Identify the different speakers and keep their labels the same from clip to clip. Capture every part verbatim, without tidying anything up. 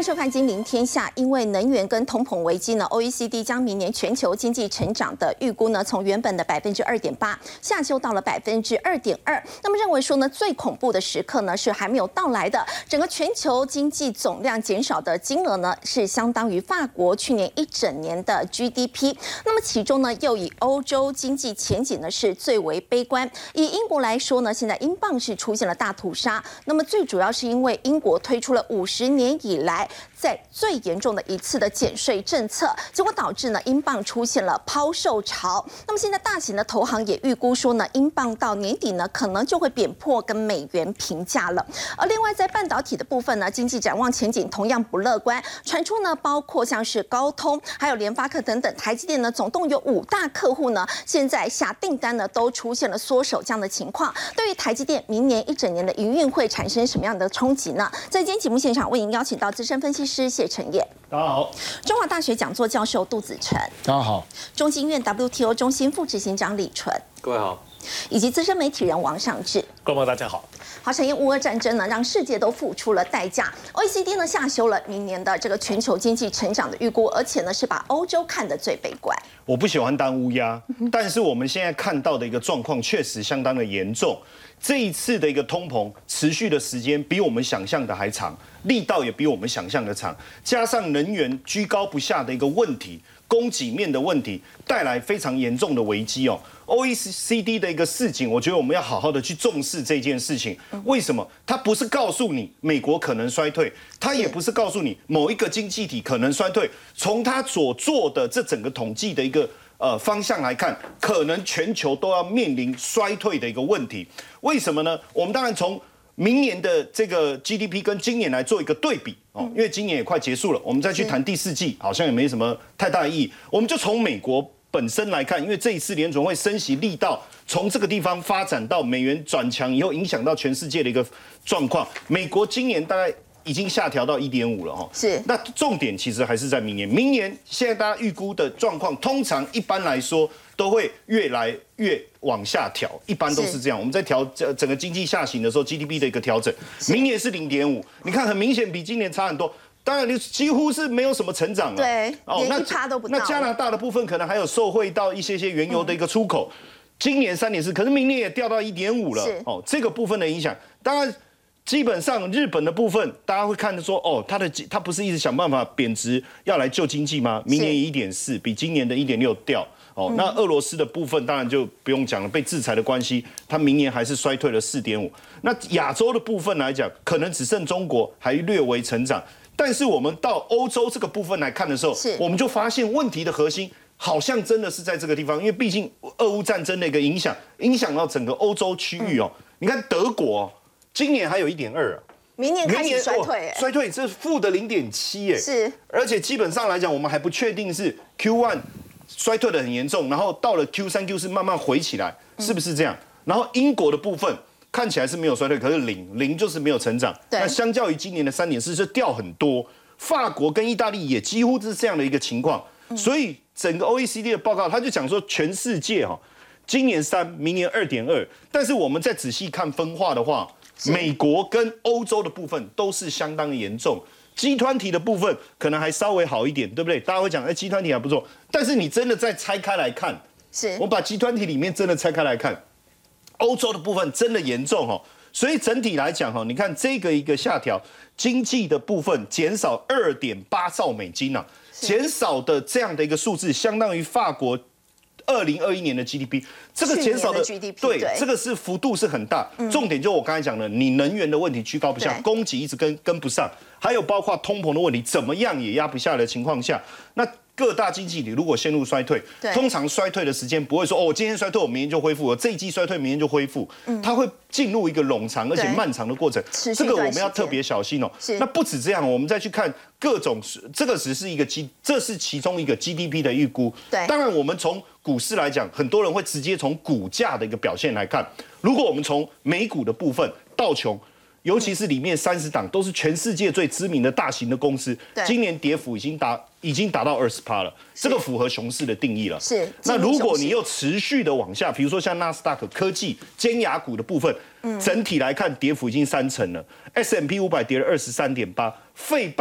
Speaker 1: 迎收看《金陵天下》。因为能源跟通膨危机呢 ，O E C D 将明年全球经济成长的预估呢，从原本的百分之二点八下修到了百分之二点二。那么认为说呢，最恐怖的时刻呢是还没有到来的。整个全球经济总量减少的金额呢，是相当于法国去年一整年的 G D P。那么其中呢，又以欧洲经济前景呢是最为悲观。以英国来说呢，现在英镑是出现了大屠杀。那么最主要是因为英国推出了五十年以来在最严重的一次的减税政策，结果导致呢英镑出现了抛售潮。那么现在大型的投行也预估说呢，英镑到年底呢可能就会贬破跟美元平价了。而另外在半导体的部分呢，经济展望前景同样不乐观，传出呢包括像是高通、还有联发科等等，台积电呢总共有五大客户呢，现在下订单呢都出现了缩手这样的情况。对于台积电明年一整年的营运会产生什么样的冲击呢？在今天节目现场为您邀请到资深分析师谢承彦，
Speaker 2: 大家好；
Speaker 1: 中华大学讲座教授杜子成，
Speaker 2: 大家好；
Speaker 1: 中经院 W T O 中心副执行长李纯，
Speaker 3: 各位好；
Speaker 1: 以及资深媒体人王尚志。
Speaker 2: 各位朋友大家好。
Speaker 1: 好，陈因乌俄战争呢，让世界都付出了代价。O E C D 呢下修了明年的这个全球经济成长的预估，而且呢是把欧洲看得最悲观。
Speaker 2: 我不喜欢当乌鸦，但是我们现在看到的一个状况确实相当的严重。这一次的一个通膨持续的时间比我们想象的还长，力道也比我们想象的长，加上能源居高不下的一个问题，供给面的问题，带来非常严重的危机哦。O E C D 的一个市井，我觉得我们要好好的去重视这件事情。为什么？它不是告诉你美国可能衰退，它也不是告诉你某一个经济体可能衰退。从它所做的这整个统计的一个呃方向来看，可能全球都要面临衰退的一个问题。为什么呢？我们当然从明年的这个 G D P 跟今年来做一个对比哦，因为今年也快结束了，我们再去谈第四季，好像也没什么太大的意义。我们就从美国本身来看，因为这一次联准会升息力道从这个地方发展到美元转强以后，影响到全世界的一个状况。美国今年大概已经下调到 一点五 了哈，
Speaker 1: 是。
Speaker 2: 那重点其实还是在明年。明年现在大家预估的状况，通常一般来说都会越来越往下调，一般都是这样。我们在调整个经济下行的时候 ，G D P 的一个调整，明年是 零点五， 你看很明显比今年差很多。当然，你几乎是没有什么成长了，
Speaker 1: 对，
Speaker 2: 哦，
Speaker 1: 连一趴都不到。
Speaker 2: 那加拿大的部分可能还有受惠到一些些原油的一个出口，嗯、今年三点四，可是明年也掉到 一点五 了，哦，这个部分的影响，当然。基本上，日本的部分，大家会看着说，哦，它的它不是一直想办法贬值，要来救经济吗？明年一点四，比今年的一点六掉。哦，那俄罗斯的部分当然就不用讲了，被制裁的关系，它明年还是衰退了 四点五。那亚洲的部分来讲，可能只剩中国还略微成长，但是我们到欧洲这个部分来看的时候，我们就发现问题的核心好像真的是在这个地方，因为毕竟俄乌战争的一个影响，影响到整个欧洲区域哦。你看德国、哦。今年还有 一点二 啊，
Speaker 1: 明年开始衰退、欸，
Speaker 2: 衰退这是负的 零点七 耶，
Speaker 1: 是，
Speaker 2: 而且基本上来讲，我们还不确定是 Q 一 衰退的很严重，然后到了 Q 三、Q 四慢慢回起来，是不是这样？然后英国的部分看起来是没有衰退，可是零零就是没有成长，那相较于今年的 三点四 是掉很多。法国跟意大利也几乎是这样的一个情况，所以整个 O E C D 的报告他就讲说，全世界哈，今年三，明年 二点二，但是我们再仔细看分化的话。美国跟欧洲的部分都是相当严重，集团体的部分可能还稍微好一点，对不对？大家会讲，哎，集团体还不错，但是你真的再拆开来看，
Speaker 1: 是
Speaker 2: 我把集团体里面真的拆开来看，欧洲的部分真的严重哦。所以整体来讲哈，你看这个一个下调，经济的部分减少 二点八兆美金啊，减少的这样的一个数字，相当于法国。二零二一年的 G D P， 这个减少的
Speaker 1: G D P，
Speaker 2: 对，这个是幅度是很大。嗯、重点就我刚才讲的，你能源的问题居高不下，供给一直跟跟不上，还有包括通膨的问题，怎么样也压不下来的情况下，那各大经济体如果陷入衰退，通常衰退的时间不会说哦，今天衰退我明天就恢复了，这一季衰退明天就恢复，嗯、它会进入一个冗长而且漫长的过程，这个我们要特别小心哦。那不止这样，我们再去看各种，这个只是一个 G， 这是其中一个 G D P 的预估。对，当然我们从股市来讲，很多人会直接从股价的一个表现来看。如果我们从美股的部分，道琼，尤其是里面三十档都是全世界最知名的大型的公司，今年跌幅已经达已经达到 百分之二十 了，这个符合熊市的定义了。是。那如果你又持续的往下，比如说像纳斯达克科技、尖牙股的部分，整体来看跌幅已经三成了。S and P 五百跌了 二十三点八，费半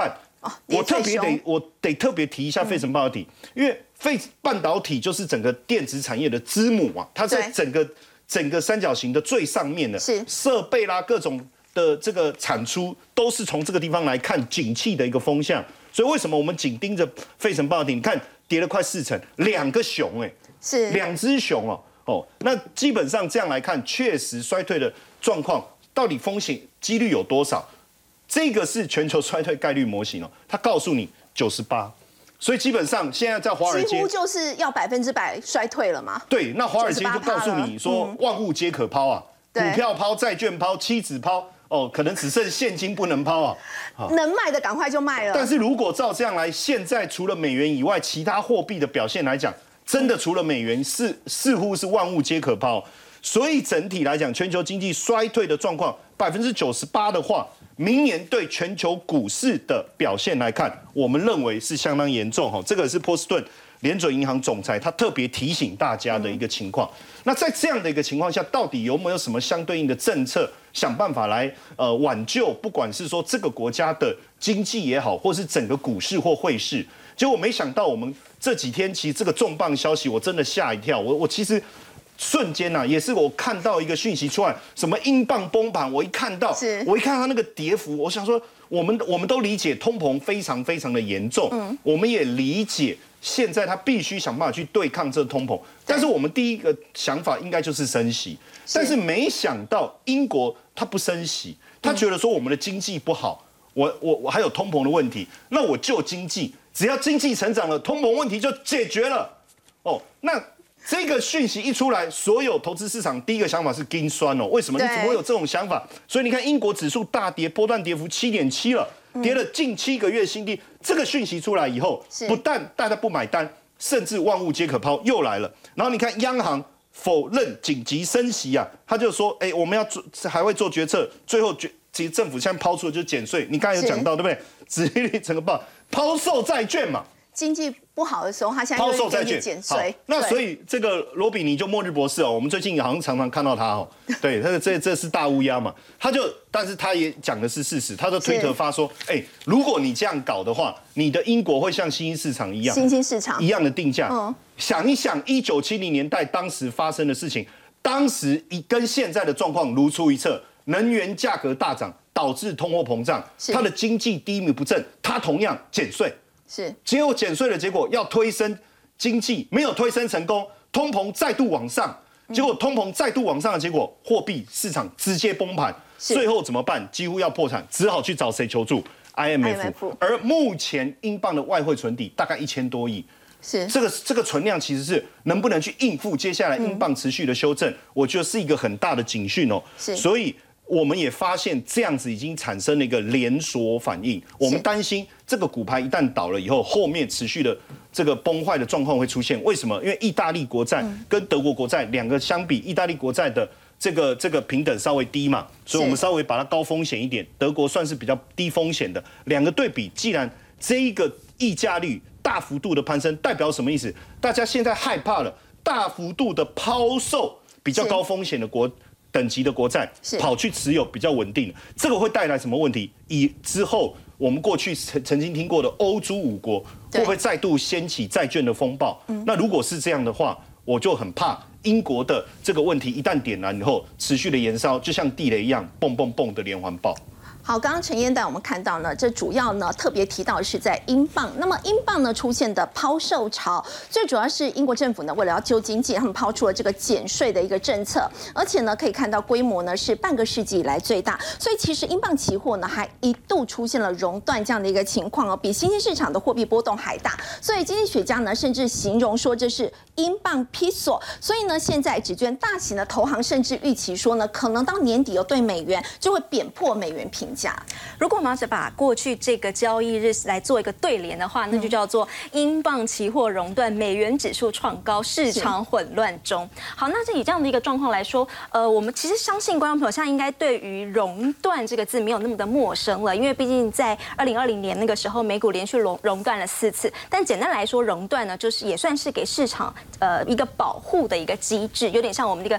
Speaker 1: 哦，
Speaker 2: 我特别得我得特别提一下费城半导体，嗯、因为费半导体就是整个电子产业的之母啊，它在整个整个三角形的最上面的设备啦，各种的这个产出都是从这个地方来看景气的一个风向。所以为什么我们紧盯着费城半导体？你看跌了快四成，两个熊哎、欸，
Speaker 1: 是
Speaker 2: 两只熊哦哦，那基本上这样来看，确实衰退的状况到底风险几率有多少？这个是全球衰退概率模型哦，它告诉你九十八，所以基本上现在在华尔街
Speaker 1: 几乎就是要百分之百衰退了嘛。
Speaker 2: 对，那华尔街就告诉你说，万物皆可抛啊，股票抛、债券抛、期指抛，哦，可能只剩现金不能抛啊，
Speaker 1: 能卖的赶快就卖了。
Speaker 2: 但是如果照这样来，现在除了美元以外，其他货币的表现来讲，真的除了美元是似乎是万物皆可抛，所以整体来讲，全球经济衰退的状况百分之九十八的话。明年对全球股市的表现来看，我们认为是相当严重哈。这个是波士顿联准银行总裁他特别提醒大家的一个情况。那在这样的一个情况下，到底有没有什么相对应的政策，想办法来呃挽救？不管是说这个国家的经济也好，或是整个股市或汇市，结果没想到我们这几天其实这个重磅消息，我真的吓一跳。我我其实。瞬间呐、啊，也是我看到一个讯息出来，什么英镑崩盘，我一看到，我一看到那个跌幅，我想说，我们我们都理解通膨非常非常的严重，嗯，我们也理解现在他必须想办法去对抗这通膨，但是我们第一个想法应该就是升息，但是没想到英国他不升息，他觉得说我们的经济不好，我我我还有通膨的问题，那我救经济，只要经济成长了，通膨问题就解决了，哦，那。这个讯息一出来，所有投资市场第一个想法是惊酸哦。为什么？你怎么会有这种想法？所以你看，英国指数大跌，波段跌幅七点七了，跌了近七个月新低。这个讯息出来以后，不但大家不买单，甚至万物皆可抛又来了。然后你看，央行否认紧急升息啊，他就说，哎，我们要做，还会做决策。最后决，其实政府现在抛出的就是减税。你刚才有讲到，对不对？殖利率整个爆，抛售债券嘛。
Speaker 1: 经济不好的时候，他现在
Speaker 2: 抛售债券
Speaker 1: 减税。
Speaker 2: 那所以这个罗比尼就末日博士哦，我们最近好像常常看到他哦，对，他这这是大乌鸦嘛，他就，但是他也讲的是事实，他的推特发说，哎，如果你这样搞的话，你的英国会像新兴市场一样，
Speaker 1: 新兴市场
Speaker 2: 一样的定价。嗯，想一想一九七零年代当时发生的事情，当时一跟现在的状况如出一辙，能源价格大涨，导致通货膨胀，它的经济低迷不振，它同样减税。
Speaker 1: 是，
Speaker 2: 结果减税的结果要推升经济，没有推升成功，通膨再度往上，结果通膨再度往上的结果，货币市场直接崩盘，最后怎么办？几乎要破产，只好去找谁求助 ？I M F。而目前英镑的外汇存底大概一千多亿，
Speaker 1: 是
Speaker 2: 这个这个存量其实是能不能去应付接下来英镑持续的修正，我觉得是一个很大的警讯哦。
Speaker 1: 是，
Speaker 2: 所以。我们也发现这样子已经产生了一个连锁反应，我们担心这个股牌一旦倒了以后，后面持续的这个崩坏的状况会出现。为什么？因为意大利国债跟德国国债两个相比，意大利国债的这个这个平等稍微低嘛，所以我们稍微把它高风险一点，德国算是比较低风险的。两个对比，既然这一个溢价率大幅度的攀升，代表什么意思？大家现在害怕了，大幅度的抛售比较高风险的国。等级的国债跑去持有比较稳定，这个会带来什么问题？以之后我们过去曾曾经听过的欧洲五国会不会再度掀起债券的风暴？那如果是这样的话，我就很怕英国的这个问题一旦点燃以后，持续的延烧，就像地雷一样，蹦蹦蹦的连环爆。
Speaker 1: 好，刚刚陈燕带我们看到呢，这主要呢特别提到的是在英镑。那么英镑呢出现的抛售潮，最主要是英国政府呢为了要救经济，他们抛出了这个减税的一个政策，而且呢可以看到规模呢是半个世纪以来最大。所以其实英镑期货呢还一度出现了熔断这样的一个情况哦，比新兴市场的货币波动还大。所以经济学家呢甚至形容说这是英镑披索。所以呢现在纸券大型的投行甚至预期说呢，可能到年底哦对美元就会贬破美元平。
Speaker 3: 如果我们要是把过去这个交易日来做一个对联的话，那就叫做英镑期货熔断，美元指数创高，市场混乱中。好，那这以这样的一个状况来说，呃，我们其实相信观众朋友现在应该对于熔断这个字没有那么的陌生了，因为毕竟在二零二零年那个时候，美股连续熔熔断了四次。但简单来说，熔断呢，就是也算是给市场呃一个保护的一个机制，有点像我们这个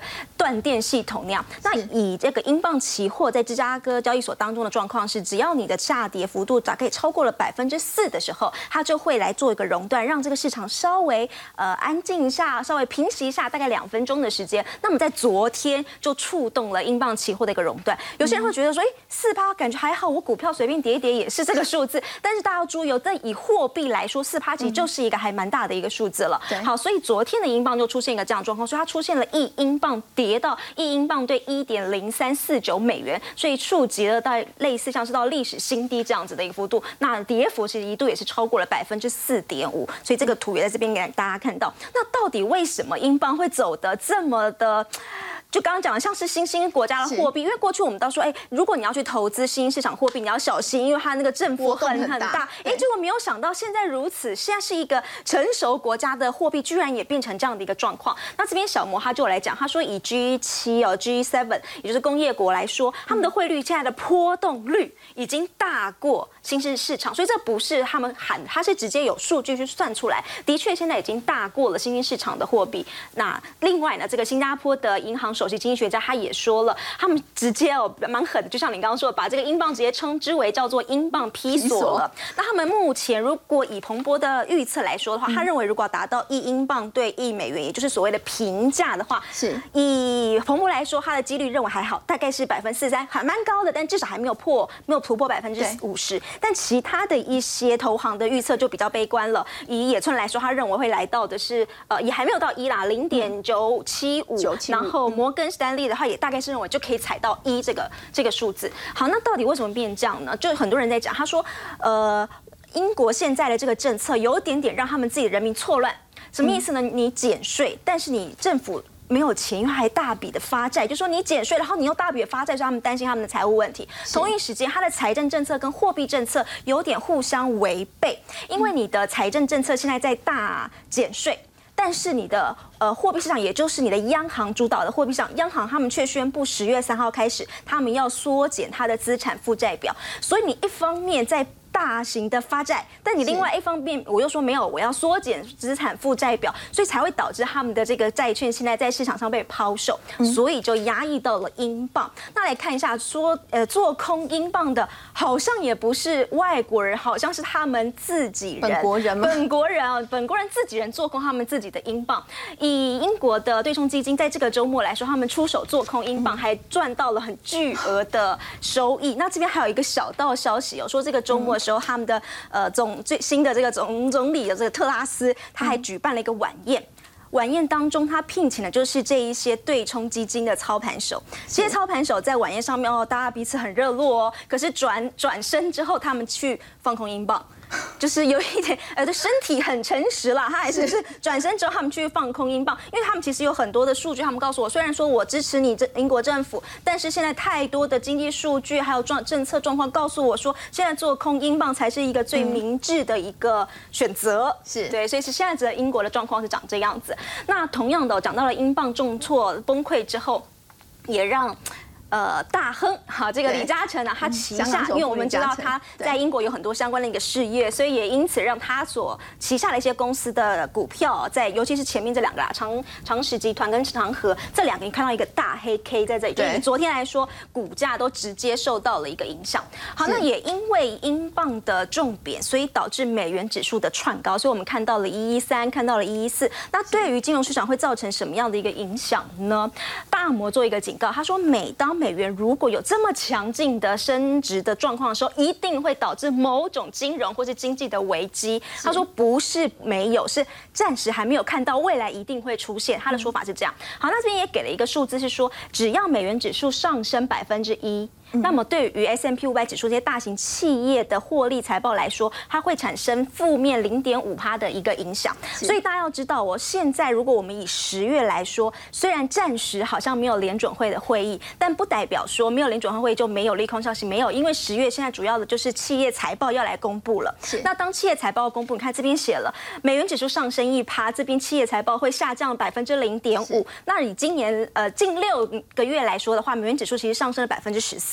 Speaker 3: 断电系统那样。那以这个英镑期货在芝加哥交易所当中的状况是，只要你的下跌幅度大概超过了百分之四的时候，它就会来做一个熔断，让这个市场稍微呃安静一下，稍微平息一下，大概两分钟的时间。那么在昨天就触动了英镑期货的一个熔断。有些人会觉得说，哎，四趴感觉还好，我股票随便跌一跌也是这个数字。但是大家要注意哦，在以货币来说，四趴其实就是一个还蛮大的一个数字了。好，所以昨天的英镑就出现一个这样的状况，所以它出现了一英镑跌到一英镑兑一点零三四九美元，所以触及了到类似像是到历史新低这样子的一个幅度。那跌幅其实一度也是超过了百分之四点五，所以这个图也在这边给大家看到。那到底为什么英镑会走得这么的？就刚刚讲的，像是新兴国家的货币，因为过去我们都说，哎，如果你要去投资新兴市场货币，你要小心，因为它那个振幅很很大。哎，结果没有想到现在如此，现在是一个成熟国家的货币，居然也变成这样的一个状况。那这边小摩他就有来讲，他说以 G 七 哦 G 七， 也就是工业国来说，他们的汇率现在的波动率已经大过新兴市场，所以这不是他们喊，他是直接有数据去算出来，的确现在已经大过了新兴市场的货币。那另外呢，这个新加坡的银行首席经济学家他也说了，他们直接哦蛮狠的，就像你刚刚说的，把这个英镑直接称之为叫做英镑批锁了。那他们目前如果以彭博的预测来说的话，他认为如果达到一英镑对一美元，也就是所谓的平价的话，是以彭博来说，它的几率认为还好，大概是百分之四十三，还蛮高的，但至少还没有破，没有突破百分之五十。但其他的一些投行的预测就比较悲观了。以野村来说，他认为会来到的是呃也还没有到一啦，零点九七五，然后摩根士丹利的话也大概是认为就可以踩到一这个这个数字。好，那到底为什么变这样呢？就很多人在讲，他说呃英国现在的这个政策有点点让他们自己人民错乱。什么意思呢？你减税，但是你政府没有钱，因为还大笔的发债，就说你减税，然后你又大笔的发债，所以他们担心他们的财务问题。同一时间，他的财政政策跟货币政策有点互相违背，因为你的财政政策现在在大减税。但是你的呃货币市场，也就是你的央行主导的货币市场，央行他们却宣布十月三号开始，他们要缩减它的资产负债表。所以你一方面在大型的发债，但你另外一方面我又说没有，我要缩减资产负债表，所以才会导致他们的这个债券现在在市场上被抛售，所以就压抑到了英镑。那来看一下，说呃做空英镑的，好像也不是外国人，好像是他们自己人，
Speaker 1: 本国人吗？
Speaker 3: 本国人啊，本国人自己人做空他们自己的英镑。以英国的对冲基金在这个周末来说，他们出手做空英镑，还赚到了很巨额的收益。那这边还有一个小道消息哦，说这个周末时候，他们的呃总最新的这个总总理的这个特拉斯，他还举办了一个晚宴。晚宴当中，他聘请的就是这一些对冲基金的操盘手。这些操盘手在晚宴上面哦，大家彼此很热络哦。可是转转身之后，他们去放空英镑。就是有一点，呃，身体很诚实啦，他还是是转身之后他们去放空英镑，因为他们其实有很多的数据，他们告诉我，虽然说我支持你这英国政府，但是现在太多的经济数据还有状政策状况告诉我说，现在做空英镑才是一个最明智的一个选择，是对，所以是现在的英国的状况是长这样子。那同样的，讲到了英镑重挫崩溃之后，也让。呃，大亨哈，这个李嘉诚啊，他旗下，因为我们知道他在英国有很多相关的一个事业，所以也因此让他所旗下的一些公司的股票，在尤其是前面这两个啦，长长实集团跟长和这两个，你看到一个大黑 K 在这里，就是昨天来说，股价都直接受到了一个影响。好，那也因为英镑的重贬，所以导致美元指数的窜高，所以我们看到了一一三，看到了一一四。那对于金融市场会造成什么样的一个影响呢？大摩做一个警告，他说，每当美元如果有这么强劲的升值的状况的时候，一定会导致某种金融或是经济的危机。他说不是没有，是暂时还没有看到，未来一定会出现。他的说法是这样。好，那这边也给了一个数字，是说只要美元指数上升百分之一。那么对于 S and P 五百 指数这些大型企业的获利财报来说，它会产生负面零点五趴的一个影响。所以大家要知道哦，现在如果我们以十月来说，虽然暂时好像没有联准会的会议，但不代表说没有联准会会议就没有利空消息，没有，因为十月现在主要的就是企业财报要来公布了。那当企业财报公布，你看这边写了，美元指数上升一趴，这边企业财报会下降百分之零点五。那以今年呃近六个月来说的话，美元指数其实上升了百分之十四。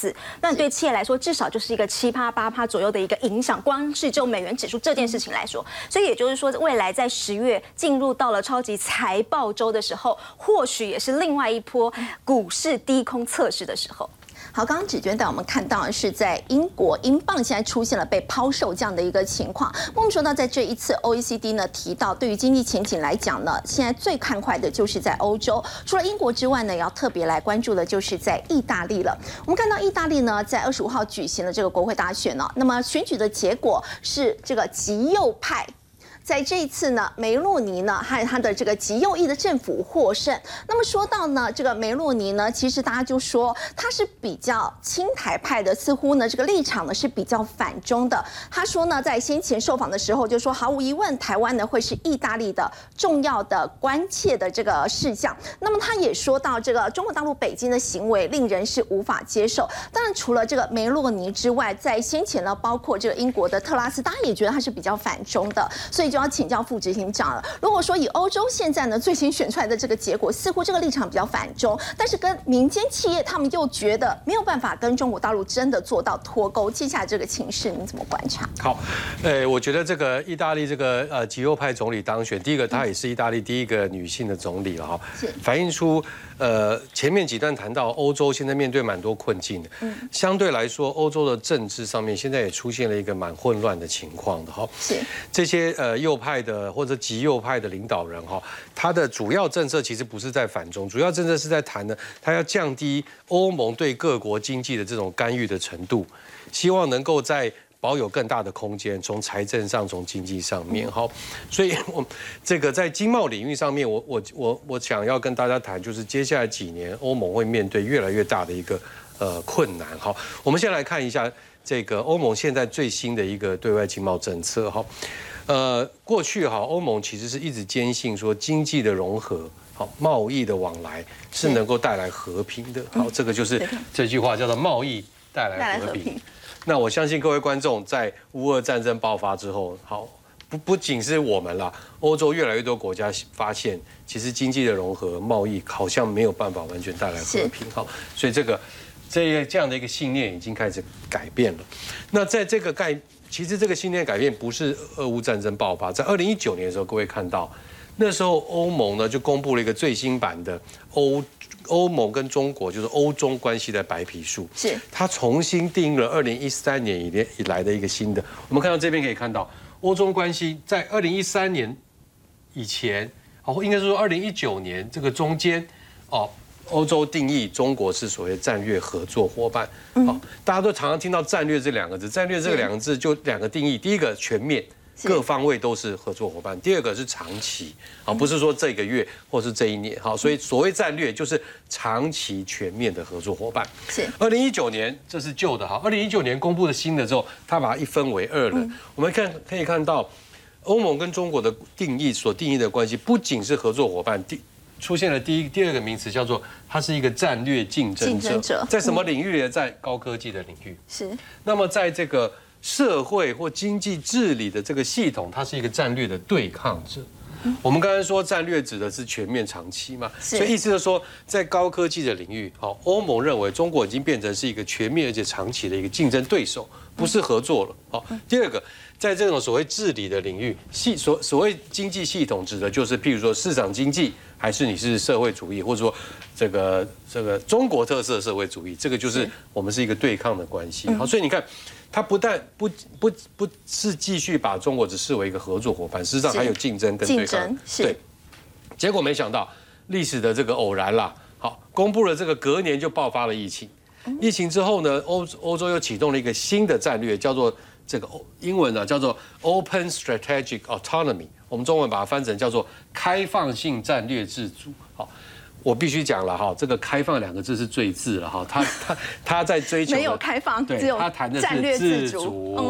Speaker 3: 次，那对企业来说至少就是一个七趴八趴左右的一个影响。光是就美元指数这件事情来说，所以也就是说，未来在十月进入到了超级财报周的时候，或许也是另外一波股市低空测试的时候。
Speaker 1: 好，刚刚芷娟带我们看到的是在英国英镑现在出现了被抛售这样的一个情况。我们说到在这一次 O E C D 呢提到，对于经济前景来讲呢，现在最看坏的就是在欧洲，除了英国之外呢，也要特别来关注的就是在意大利了。我们看到意大利呢在二十五号举行了这个国会大选呢，那么选举的结果是这个极右派。在这一次呢，梅洛尼呢和他的这个极右翼的政府获胜。那么说到呢，这个梅洛尼呢，其实大家就说他是比较亲台派的，似乎呢这个立场呢是比较反中的。他说呢，在先前受访的时候就说，毫无疑问，台湾呢会是意大利的重要的关切的这个事项。那么他也说到，这个中国大陆北京的行为令人是无法接受。当然，除了这个梅洛尼之外，在先前呢，包括这个英国的特拉斯，大家也觉得他是比较反中的，所以就要请教副执行长了。如果说以欧洲现在呢最新选出来的这个结果，似乎这个立场比较反中，但是跟民间企业他们又觉得没有办法跟中国大陆真的做到脱钩，接下来这个情势你怎么观察？
Speaker 4: 好，呃，我觉得这个意大利这个呃极右派总理当选，第一个她也是意大利第一个女性的总理了哈，反映出呃前面几段谈到欧洲现在面对蛮多困境的，嗯，相对来说欧洲的政治上面现在也出现了一个蛮混乱的情况的哈，是这些呃右派的或者极右派的领导人哈，他的主要政策其实不是在反中，主要政策是在谈呢，他要降低欧盟对各国经济的这种干预的程度，希望能够在保有更大的空间，从财政上，从经济上面，好，所以我这个在经贸领域上面，我我我我想要跟大家谈，就是接下来几年欧盟会面对越来越大的一个呃困难。好，我们先来看一下这个欧盟现在最新的一个对外经贸政策。好，呃，过去哈欧盟其实是一直坚信说经济的融合。好，贸易的往来是能够带来和平的。好，这个就是这句话叫做贸易带来和平。那我相信各位观众在乌俄战争爆发之后，好不不仅是我们啦，欧洲越来越多国家发现，其实经济的融合、贸易好像没有办法完全带来和平。好，所以这个这这样的一个信念已经开始改变了。那在这个概，其实这个信念改变不是俄乌战争爆发，在二零一九年的时候，各位看到。那时候欧盟呢就公布了一个最新版的欧欧盟跟中国就是欧中关系的白皮书，是它重新定了二零一三年以以来的一个新的。我们看到这边可以看到，欧中关系在二零一三年以前，哦，应该说二零一九年这个中间，哦，欧洲定义中国是所谓战略合作伙伴。好，大家都常常听到战略这两个字，战略这两个字就两个定义，第一个全面。各方位都是合作伙伴。第二个是长期，啊，不是说这个月或是这一年，好，所以所谓战略就是长期全面的合作伙伴。是。二零一九年这是旧的哈，二零一九年公布的新的之后，它把它一分为二了。嗯、我们看可以看到，欧盟跟中国的定义所定义的关系，不仅是合作伙伴，第出现了第一第二个名词叫做它是一个战略竞争者。竞争者在什么领域呢？在高科技的领域。是。那么在这个社会或经济治理的这个系统，它是一个战略的对抗者。我们刚才说战略指的是全面长期嘛，所以意思就是说，在高科技的领域，好，欧盟认为中国已经变成是一个全面而且长期的一个竞争对手，不是合作了。好，第二个，在这种所谓治理的领域，系所所谓经济系统指的就是，譬如说市场经济，还是你是社会主义，或者说这个这个中国特色社会主义，这个就是我们是一个对抗的关系。好，所以你看。它不但不不不是继续把中国只视为一个合作伙伴，事实上还有竞争跟对抗。对，结果没想到历史的这个偶然啦，好，公布了这个隔年就爆发了疫情。疫情之后呢，欧欧洲又启动了一个新的战略，叫做这个英文呢叫做 Open Strategic Autonomy， 我们中文把它翻成叫做开放性战略自主。好。我必须讲了哈，这个“开放”两个字是罪字了哈，他他他在追求
Speaker 1: 没有开放，
Speaker 4: 对，他谈的是自主，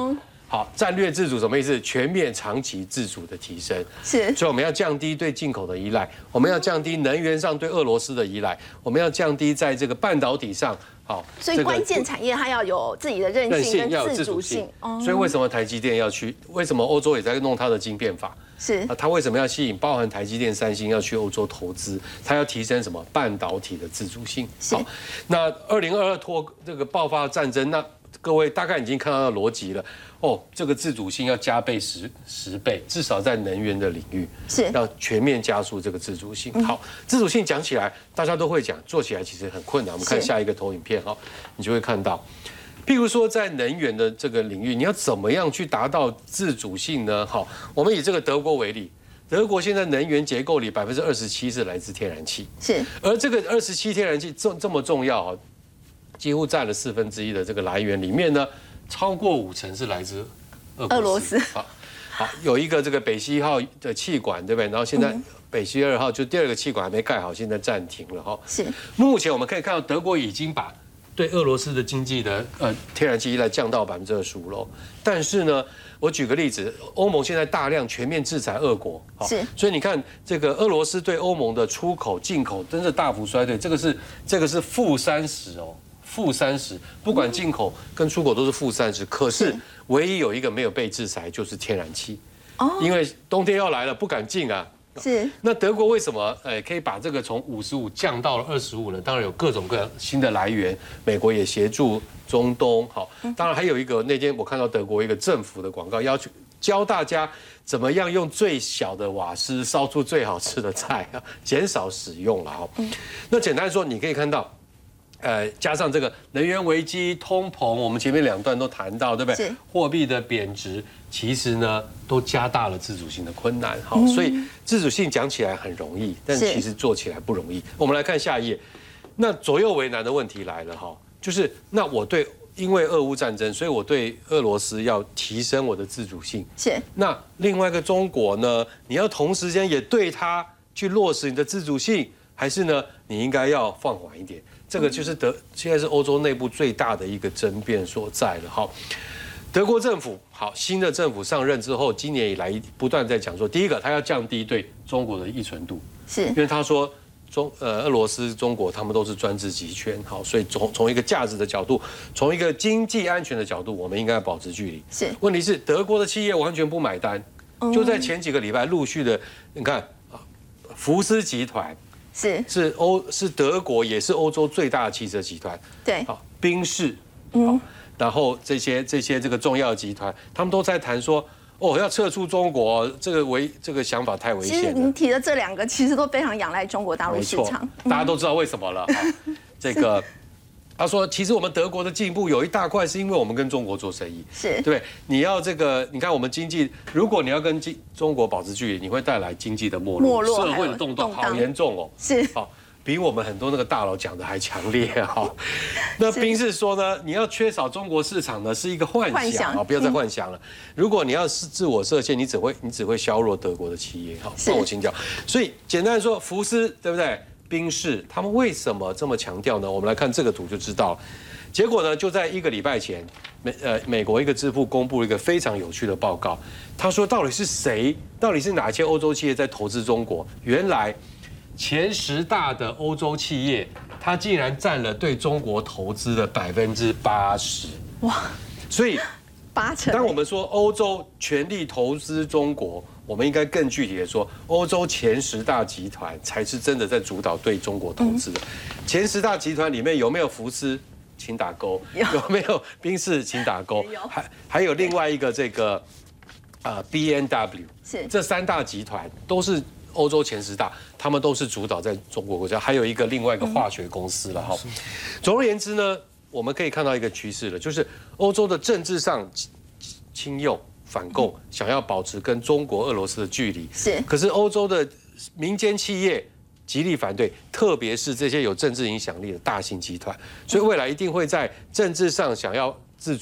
Speaker 4: 好，战略自主什么意思？全面长期自主的提升。
Speaker 1: 是，
Speaker 4: 所以我们要降低对进口的依赖，我们要降低能源上对俄罗斯的依赖，我们要降低在这个半导体上。好，
Speaker 1: 所以关键产业它要有自己的韧性跟自主性。
Speaker 4: 所以为什么台积电要去？为什么欧洲也在弄它的晶片法？
Speaker 1: 是
Speaker 4: 啊，它为什么要吸引包含台积电、三星要去欧洲投资？它要提升什么半导体的自主性？好，那二零二二拖这个爆发战争，那各位大概已经看到逻辑了。哦，这个自主性要加倍十十倍，至少在能源的领域
Speaker 1: 是
Speaker 4: 要全面加速这个自主性。好，自主性讲起来大家都会讲，做起来其实很困难。我们看下一个投影片哈，你就会看到，譬如说在能源的这个领域，你要怎么样去达到自主性呢？好，我们以这个德国为例，德国现在能源结构里百分之二十七是来自天然气，
Speaker 1: 是，
Speaker 4: 而这个二十七天然气这这么重要啊，几乎占了四分之一的这个来源里面呢。超过五成是来自俄罗斯。好，好，有一个这个北溪一号的气管，对不对？然后现在北溪二号就第二个气管还没盖好，现在暂停了哈。
Speaker 1: 是。
Speaker 4: 目前我们可以看到，德国已经把对俄罗斯的经济的呃天然气依赖降到百分之二十五喽。但是呢，我举个例子，欧盟现在大量全面制裁俄国，
Speaker 1: 是。
Speaker 4: 所以你看，这个俄罗斯对欧盟的出口、进口真是大幅衰退，这个是这个是负三十哦。负三十，不管进口跟出口都是负三十，可是唯一有一个没有被制裁，就是天然气，哦，因为冬天要来了，不敢进啊。
Speaker 1: 是。
Speaker 4: 那德国为什么呃可以把这个从五十五降到了二十五呢？当然有各种各样新的来源，美国也协助中东，好，当然还有一个那天我看到德国一个政府的广告，要求教大家怎么样用最小的瓦斯烧出最好吃的菜啊，减少使用了哈。那简单说，你可以看到。呃，加上这个能源危机、通膨，我们前面两段都谈到，对不对？货币的贬值，其实呢都加大了自主性的困难。好，所以自主性讲起来很容易，但其实做起来不容易。我们来看下一页，那左右为难的问题来了哈，就是那我对因为俄乌战争，所以我对俄罗斯要提升我的自主性。
Speaker 1: 是。那
Speaker 4: 另外一个中国呢，你要同时间也对它去落实你的自主性，还是呢你应该要放缓一点？这个就是德现在是欧洲内部最大的一个争辩所在了。好，德国政府好，新的政府上任之后，今年以来不断在讲说，第一个他要降低对中国的依存度，
Speaker 1: 是
Speaker 4: 因为他说中呃俄罗斯、中国他们都是专制集权，好，所以从从一个价值的角度，从一个经济安全的角度，我们应该要保持距离。
Speaker 1: 是，
Speaker 4: 问题是德国的企业完全不买单，就在前几个礼拜陆续的，你看啊，福斯集团。
Speaker 1: 是
Speaker 4: 是欧是德国，也是欧洲最大的汽车集团。
Speaker 1: 对，
Speaker 4: 好，宾士，嗯，然后这些这些这个重要集团，他们都在谈说，哦，要撤出中国，这个危这个想法太危险了。
Speaker 1: 其实您提的这两个，其实都非常仰赖中国大陆市场，
Speaker 4: 大家都知道为什么了。这个。他说：“其实我们德国的进步有一大块是因为我们跟中国做生意，
Speaker 1: 是
Speaker 4: 对。你要这个，你看我们经济，如果你要跟中中国保持距离，你会带来经济的没落、社会的动荡，好严重哦。
Speaker 1: 是
Speaker 4: 好，比我们很多那个大佬讲的还强烈哈。那宾士说呢，你要缺少中国市场呢是一个幻想啊，不要再幻想了。如果你要是自我设限，你只会你只会削弱德国的企业。好，让我请教。所以简单说，福斯对不对？”宾士他们为什么这么强调呢？我们来看这个图就知道。结果呢，就在一个礼拜前，美呃美国一个智库公布了一个非常有趣的报告。他说，到底是谁？到底是哪些欧洲企业在投资中国？原来前十大的欧洲企业，它竟然占了对中国投资的百分之八十。哇！所以
Speaker 1: 八成。
Speaker 4: 当我们说欧洲全力投资中国。我们应该更具体的说，欧洲前十大集团才是真的在主导对中国投资的。前十大集团里面有没有福斯？请打勾。有没有宾士？请打勾。还还有另外一个这个呃 B M W， 是这三大集团都是欧洲前十大，他们都是主导在中国国家。还有一个另外一个化学公司了哈。总而言之呢，我们可以看到一个趋势了，就是欧洲的政治上亲右。反共，想要保持跟中国、俄罗斯的距离，
Speaker 1: 是。
Speaker 4: 可是欧洲的民间企业极力反对，特别是这些有政治影响力的大型集团，所以未来一定会在政治上想要自主，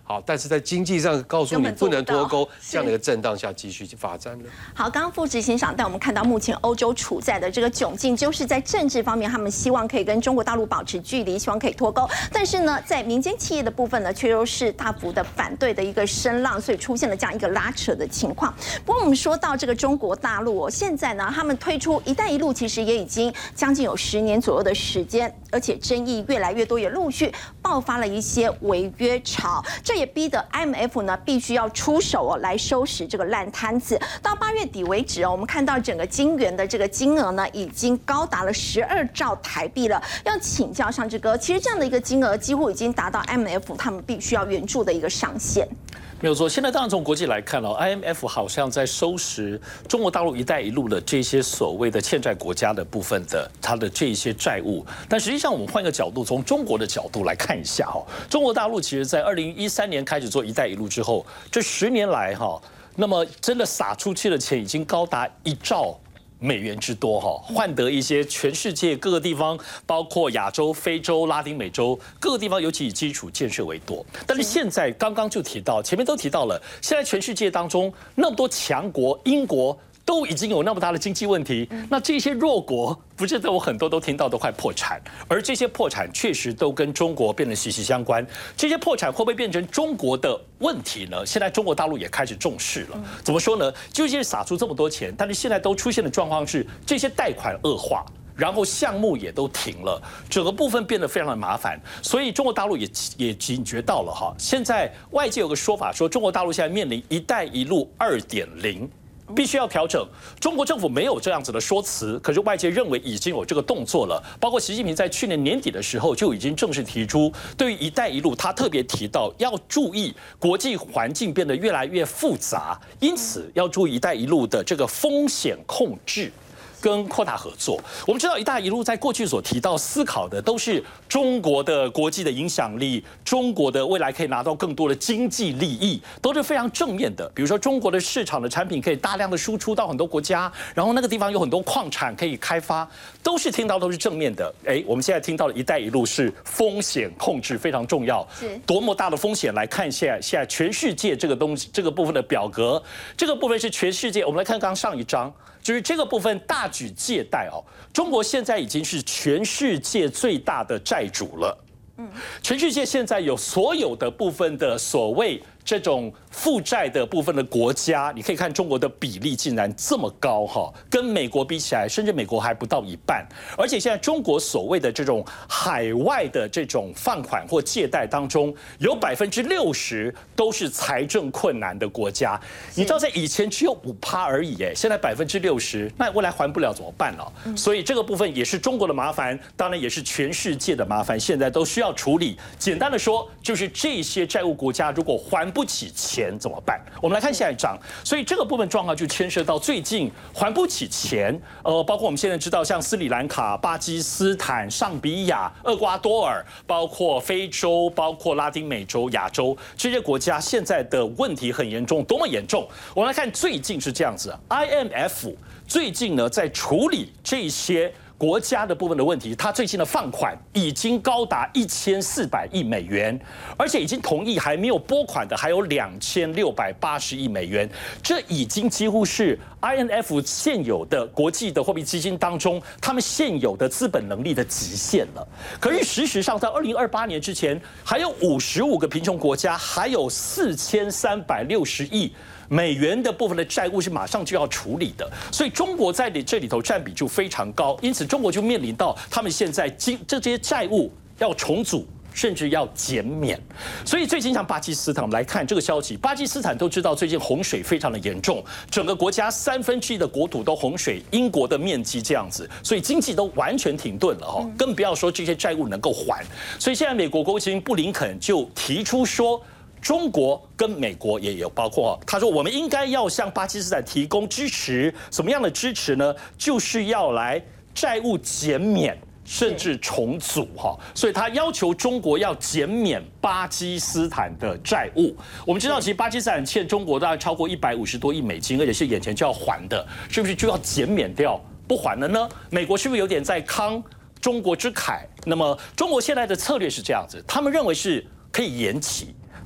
Speaker 4: 好，但是在经济上告诉你不能脱钩，这样的一个震荡下继续发展了。
Speaker 1: 好，刚刚副执行长带我们看到，目前欧洲处在的这个窘境，就是在政治方面，他们希望可以跟中国大陆保持距离，希望可以脱钩，但是呢，在民间企业的部分呢，却又是大幅的反对的一个声浪，所以出现了这样一个拉扯的情况。不过我们说到这个中国大陆哦，现在呢，他们推出“一带一路”，其实也已经将近有十年左右的时间，而且争议越来越多，也陆续爆发了一些违约潮，这也逼得 I M F 呢必须要出手哦，来收拾这个烂摊子。到八月底为止哦，我们看到整个金元的这个金额呢，已经高达了十二兆台币了。要请教尚志哥，其实这样的一个金额几乎已经达到 I M F 他们必须要援助的一个上限。
Speaker 5: 没有错，现在当然从国际来看哦 ，I M F 好像在收拾中国大陆“一带一路”的这些所谓的欠债国家的部分的它的这些债务，但实际上我们换个角度，从中国的角度来看一下哈，中国大陆其实在二零一三年开始做“一带一路”之后，这十年来哈，那么真的撒出去的钱已经高达一兆美元之多哈，换得一些全世界各个地方，包括亚洲、非洲、拉丁美洲各个地方，尤其以基础建设为多。但是现在刚刚就提到，前面都提到了，现在全世界当中那么多强国，英国都已经有那么大的经济问题，那这些弱国不是都有很多都听到都快破产，而这些破产确实都跟中国变得息息相关。这些破产会不会变成中国的问题呢？现在中国大陆也开始重视了。怎么说呢？就是撒出这么多钱，但是现在都出现的状况是这些贷款恶化。然后项目也都停了，整个部分变得非常的麻烦，所以中国大陆也也警觉到了哈。现在外界有个说法说，中国大陆现在面临“一带一路 二点零”。必须要调整。中国政府没有这样子的说辞，可是外界认为已经有这个动作了。包括习近平在去年年底的时候就已经正式提出，对于“一带一路”，他特别提到要注意国际环境变得越来越复杂，因此要注意“一带一路”的这个风险控制。跟扩大合作，我们知道“一带一路”在过去所提到思考的都是中国的国际的影响力，中国的未来可以拿到更多的经济利益，都是非常正面的。比如说，中国的市场的产品可以大量的输出到很多国家，然后那个地方有很多矿产可以开发，都是听到都是正面的。哎，我们现在听到的“一带一路”是风险控制非常重要，多么大的风险来看一下现在全世界这个东西这个部分的表格，这个部分是全世界。我们来看刚刚上一章。就是这个部分大举借贷哦，中国现在已经是全世界最大的债主了。嗯，全世界现在有所有的部分的所谓这种负债的部分的国家，你可以看中国的比例竟然这么高哈，跟美国比起来，甚至美国还不到一半。而且现在中国所谓的这种海外的这种放款或借贷当中，有百分之六十都是财政困难的国家。你知道在以前只有五趴而已，哎，现在百分之六十，那未来还不了怎么办呢？所以这个部分也是中国的麻烦，当然也是全世界的麻烦，现在都需要处理。简单的说，就是这些债务国家如果还不起钱怎么办？我们来看下一章。所以这个部分状况就牵涉到最近还不起钱，呃，包括我们现在知道像斯里兰卡、巴基斯坦、尚比亚、厄瓜多尔，包括非洲、包括拉丁美洲、亚洲这些国家，现在的问题很严重，多么严重？我们来看最近是这样子 ，I M F 最近呢在处理这些国家的部分的问题，它最近的放款已经高达一千四百亿美元，而且已经同意还没有拨款的还有两千六百八十亿美元，这已经几乎是 I M F 现有的国际的货币基金当中，他们现有的资本能力的极限了。可是事实上，在二零二八年之前，还有五十五个贫穷国家，还有四千三百六十亿。美元的部分的债务是马上就要处理的，所以中国在这里头占比就非常高，因此中国就面临到他们现在经这些债务要重组，甚至要减免。所以最近像巴基斯坦，我们来看这个消息，巴基斯坦都知道最近洪水非常的严重，整个国家三分之一的国土都洪水，英国的面积这样子，所以经济都完全停顿了哈，更不要说这些债务能够还。所以现在美国国务卿布林肯就提出说，中国跟美国也有包括，他说我们应该要向巴基斯坦提供支持，什么样的支持呢？就是要来债务减免，甚至重组哈。所以他要求中国要减免巴基斯坦的债务。我们知道，其实巴基斯坦欠中国大概超过一百五十多亿美金，而且是眼前就要还的，是不是就要减免掉不还了呢？美国是不是有点在慷中国之慨？那么中国现在的策略是这样子，他们认为是可以延期。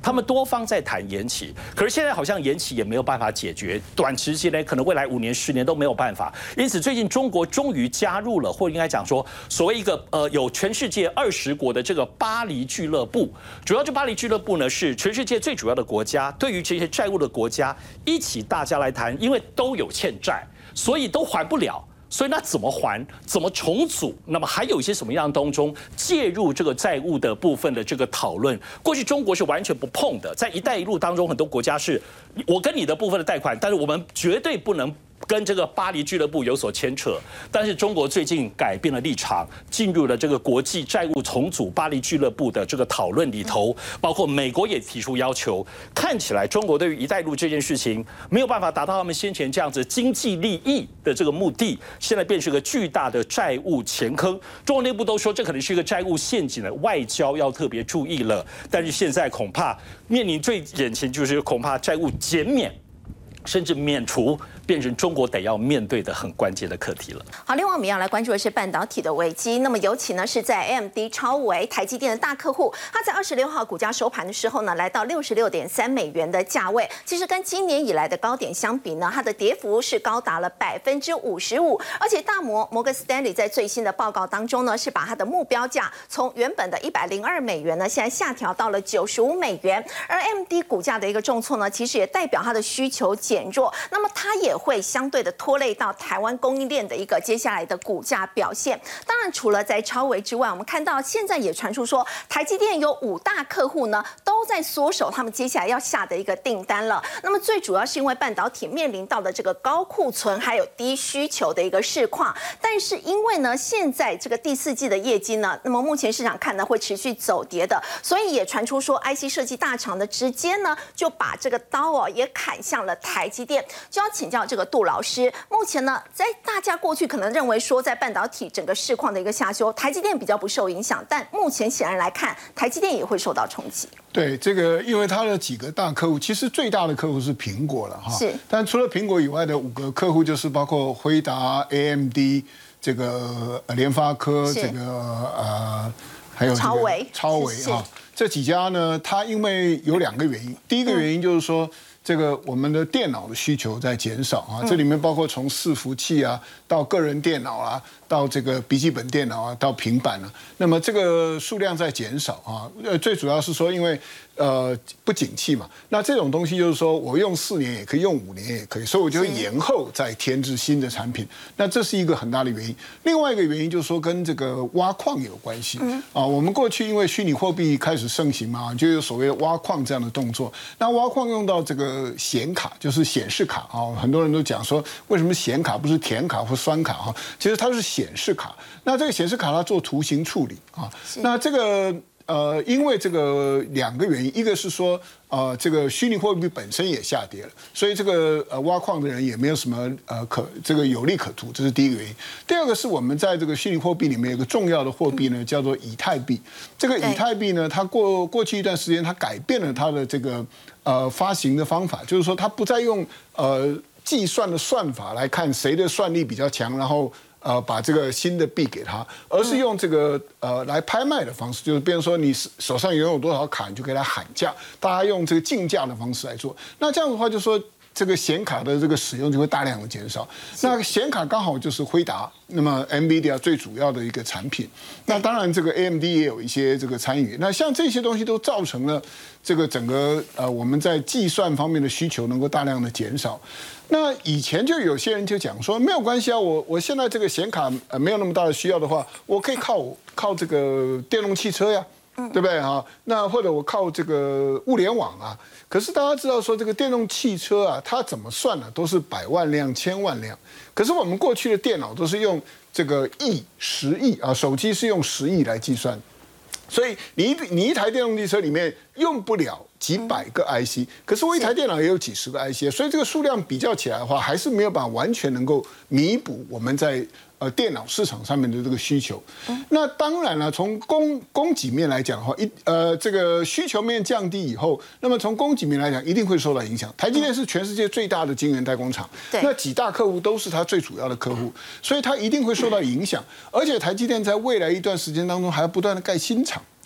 Speaker 5: 他们多方在谈延期，可是现在好像延期也没有办法解决，短时期内可能未来五年、十年都没有办法。因此，最近中国终于加入了，或应该讲说，所谓一个呃有全世界二十国的这个巴黎俱乐部。主要这巴黎俱乐部呢，是全世界最主要的国家，对于这些债务的国家一起大家来谈，因为都有欠债，所以都还不了。所以那怎么还？怎么重组？那么还有一些什么样当中介入这个债务的部分的这个讨论？过去中国是完全不碰的，在“一带一路”当中，很多国家是我跟你的部分的贷款，但是我们绝对不能跟这个巴黎俱乐部有所牵扯。但是中国最近改变了立场，进入了这个国际债务重组巴黎俱乐部的这个讨论里头，包括美国也提出要求。看起来中国对于“一带一路”这件事情没有办法达到他们先前这样子经济利益的这个目的，现在变成一个巨大的债务钱坑。中国内部都说这可能是一个债务陷阱的，外交要特别注意了。但是现在恐怕面临最眼前就是恐怕债务减免，甚至免除，变成中国得要面对的很关键的课题了。
Speaker 1: 好，另外我们要来关注的是半导体的危机。那么尤其呢是在 A M D 超微台积电的大客户，它在二十六号股价收盘的时候呢，来到六十六点三美元的价位。其实跟今年以来的高点相比呢，它的跌幅是高达了百分之五十五。而且大摩摩根斯丹利在最新的报告当中呢，是把它的目标价从原本的一百零二美元呢，现在下调到了九十五美元。而 A M D 股价的一个重挫呢，其实也代表它的需求减弱。那么它也会相对的拖累到台湾供应链的一个接下来的股价表现。当然，除了在超微之外，我们看到现在也传出说，台积电有五大客户呢都在缩手他们接下来要下的一个订单了。那么最主要是因为半导体面临到的这个高库存还有低需求的一个市况。但是因为呢，现在这个第四季的业绩呢，那么目前市场看呢会持续走跌的，所以也传出说 I C 设计大厂的直接呢就把这个刀哦也砍向了台积电。就要请教这个杜老师，目前呢，在大家过去可能认为说，在半导体整个市况的一个下修，台积电比较不受影响，但目前显然来看，台积电也会受到冲击。
Speaker 6: 对，这个因为它的几个大客户，其实最大的客户是苹果了哈，
Speaker 1: 是。
Speaker 6: 但除了苹果以外的五个客户，就是包括辉达、A M D、这个联发科、这个呃，还有
Speaker 1: 超微、
Speaker 6: 超微哈，这几家呢，它因为有两个原因，第一个原因就是说。这个我们的电脑的需求在减少啊，这里面包括从伺服器啊到个人电脑啊，到这个笔记本电脑啊，到平板啊，那么这个数量在减少啊。呃，最主要是说因为呃不景气嘛，那这种东西就是说我用四年也可以，用五年也可以，所以我就会延后再添置新的产品。那这是一个很大的原因。另外一个原因就是说跟这个挖矿有关系啊。我们过去因为虚拟货币开始盛行嘛，就有所谓的挖矿这样的动作。那挖矿用到这个显卡，就是显示卡啊，很多人都讲说为什么显卡不是甜卡或酸卡啊？其实它是显示卡。那这个显示卡它做图形处理啊，那这个。呃，因为这个两个原因，一个是说，呃，这个虚拟货币本身也下跌了，所以这个呃挖矿的人也没有什么呃可这个有利可图，这是第一个原因。第二个是我们在这个虚拟货币里面有个重要的货币呢，叫做以太币。这个以太币呢，它过过去一段时间，它改变了它的这个呃发行的方法，就是说它不再用呃计算的算法来看谁的算力比较强，然后。呃，把这个新的币给他，而是用这个呃来拍卖的方式，就是比如说你手上拥有多少卡，你就给他喊价，大家用这个竞价的方式来做。那这样的话，就说这个显卡的这个使用就会大量的减少。那显卡刚好就是辉达，那么 NVIDIA 最主要的一个产品。那当然这个 A M D 也有一些这个参与。那像这些东西都造成了这个整个呃我们在计算方面的需求能够大量的减少。那以前就有些人就讲说没有关系啊，我我现在这个显卡呃没有那么大的需要的话，我可以靠靠这个电动汽车呀，对不对啊？那或者我靠这个物联网啊。可是大家知道说这个电动汽车啊，它怎么算呢？都是百万辆、千万辆。可是我们过去的电脑都是用这个亿、十亿啊，手机是用十亿来计算。所以你一你一台电动汽车里面用不了几百个 I C， 可是我一台电脑也有几十个 I C， 所以这个数量比较起来的话，还是没有办法完全能够弥补我们在呃电脑市场上面的这个需求。那当然了，从供供给面来讲的话，一呃这个需求面降低以后，那么从供给面来讲，一定会受到影响。台积电是全世界最大的晶圆代工厂，那几大客户都是它最主要的客户，所以它一定会受到影响。而且台积电在未来一段时间当中还要不断的盖新厂。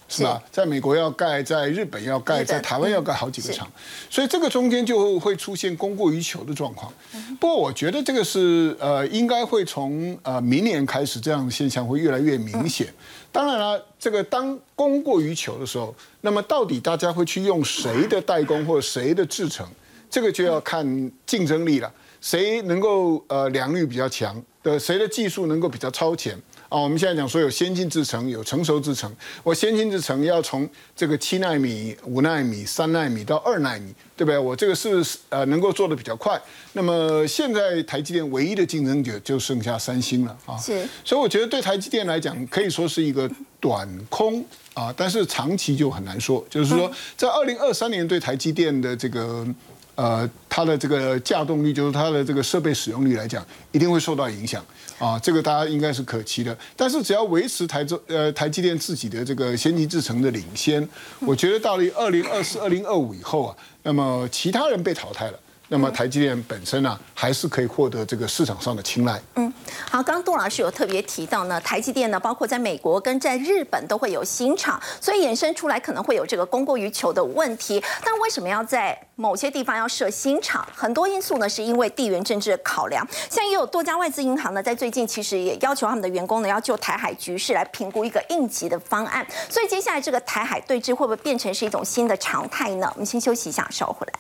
Speaker 6: 是吧？在美国要盖，在日本要盖，在台湾要盖好几个厂，所以这个中间就会出现供过于求的状况。不过我觉得这个是呃，应该会从呃明年开始，这样的现象会越来越明显。当然了，这个当供过于求的时候，那么到底大家会去用谁的代工或者谁的制程，这个就要看竞争力了。谁能够呃良率比较强的，谁的技术能够比较超前啊？我们现在讲说有先进制程，有成熟制程。我先进制程要从这个七纳米、五纳米、三纳米到二纳米，对不对？我这个是呃能够做得比较快。那么现在台积电唯一的竞争者就剩下三星了啊。
Speaker 1: 是。所
Speaker 6: 以我觉得对台积电来讲，可以说是一个短空啊，但是长期就很难说。就是说，在二零二三年对台积电的这个。呃，它的这个稼动率，就是它的这个设备使用率来讲，一定会受到影响啊，这个大家应该是可期的。但是只要维持台中呃台积电自己的这个先进制程的领先，我觉得到了二零二四、二零二五以后啊，那么其他人被淘汰了。那么台积电本身啊，还是可以获得这个市场上的青睐。
Speaker 1: 嗯，好，刚刚杜老师有特别提到呢，台积电呢，包括在美国跟在日本都会有新厂，所以衍生出来可能会有这个供过于求的问题。但为什么要在某些地方要设新厂？很多因素呢，是因为地缘政治的考量。现在也有多家外资银行呢，在最近其实也要求他们的员工呢，要就台海局势来评估一个应急的方案。所以接下来这个台海对峙会不会变成是一种新的常态呢？我们先休息一下，稍后回来。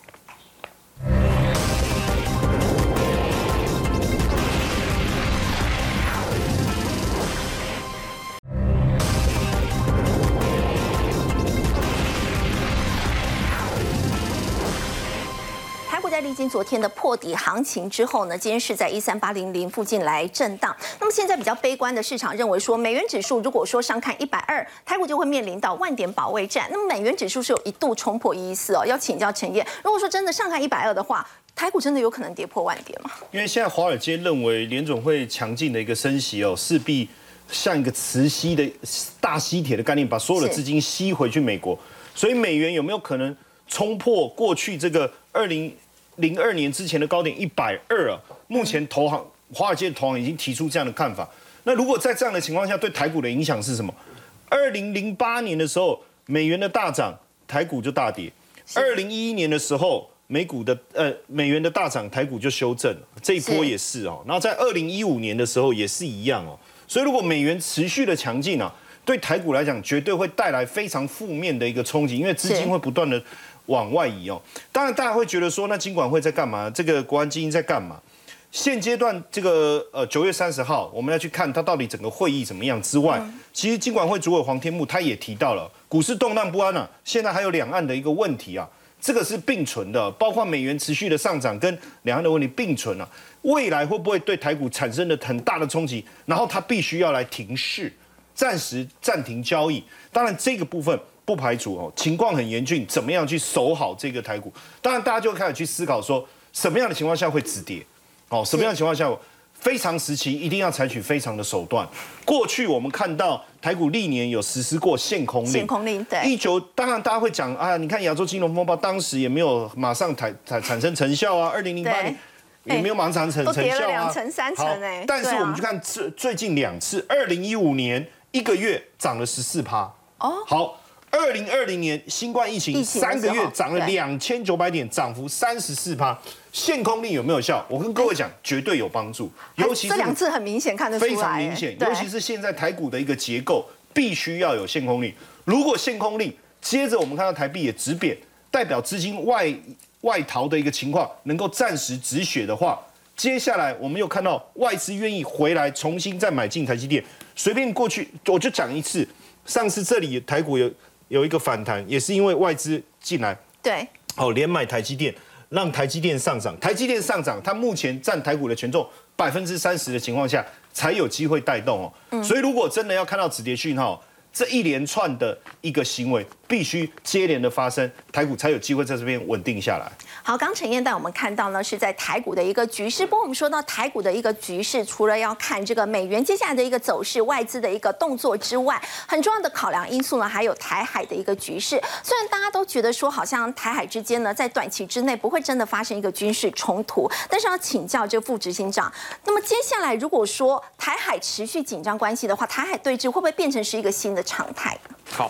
Speaker 1: 在历经昨天的破底行情之后呢，今天是在一三八零零附近来震荡。那么现在比较悲观的市场认为说，美元指数如果说上看一百二，台股就会面临到万点保卫战。那么美元指数是有一度冲破一一四哦，要请教陈燕，如果说真的上看一百二的话，台股真的有可能跌破万点吗？
Speaker 2: 因为现在华尔街认为联总会强劲的一个升息哦，势必像一个磁吸的大吸铁的概念，把所有的资金吸回去美国。所以美元有没有可能冲破过去这个二零零二年之前的高点一百二啊？目前投行华尔街的投行已经提出这样的看法。那如果在这样的情况下，对台股的影响是什么？二零零八年的时候，美元的大涨，台股就大跌；二零一一年的时候，美股的呃美元的大涨，台股就修正了。这一波也是哦。然后在二零一五年的时候也是一样哦。所以如果美元持续的强劲啊，对台股来讲绝对会带来非常负面的一个冲击，因为资金会不断的往外移哦。当然，大家会觉得说，那金管会在干嘛？这个国安基金在干嘛？现阶段这个呃九月三十号，我们要去看它到底整个会议怎么样之外，嗯、其实金管会主委黄天牧他也提到了，股市动荡不安啊，现在还有两岸的一个问题啊，这个是并存的，包括美元持续的上涨跟两岸的问题并存啊，未来会不会对台股产生了很大的冲击？然后它必须要来停市，暂时暂停交易。当然这个部分不排除哦，情况很严峻，怎么样去守好这个台股？当然大家就会开始去思考说，什么样的情况下会止跌？哦，什么样的情况下，非常时期一定要采取非常的手段。过去我们看到台股历年有实施过限空令，
Speaker 1: 限空令对。
Speaker 2: 一九当然大家会讲啊，你看亚洲金融风暴当时也没有马上产产产生成效啊，二零零八年也没有马上成成效啊，
Speaker 1: 都跌了两成三成哎。
Speaker 2: 但是我们去看最最近两次，二零一五年一个月涨了十四趴，哦，好。二零二零年新冠疫情三个月涨了两千九百点，涨幅三十四趴。限空令有没有效？我跟各位讲，绝对有帮助。尤其是
Speaker 1: 这两次很明显看得出来，
Speaker 2: 非常明显。尤其是现在台股的一个结构，必须要有限空令。如果限空令，接着我们看到台币也止贬，代表资金外外逃的一个情况能够暂时止血的话，接下来我们又看到外资愿意回来重新再买进台积电。随便过去我就讲一次，上次这里台股有。有一个反弹，也是因为外资进来，
Speaker 1: 对，
Speaker 2: 哦，连买台积电，让台积电上涨。台积电上涨，它目前占台股的权重百分之三十的情况下，才有机会带动哦。嗯、所以如果真的要看到止跌讯号，这一连串的一个行为必须接连的发生，台股才有机会在这边稳定下来。
Speaker 1: 好，刚陈燕带我们看到呢，是在台股的一个局势。不过我们说到台股的一个局势，除了要看这个美元接下来的一个走势、外资的一个动作之外，很重要的考量因素呢，还有台海的一个局势。虽然大家都觉得说，好像台海之间呢，在短期之内不会真的发生一个军事冲突，但是要请教这个副执行长，那么接下来如果说台海持续紧张关系的话，台海对峙会不会变成是一个新的常态？
Speaker 4: 好。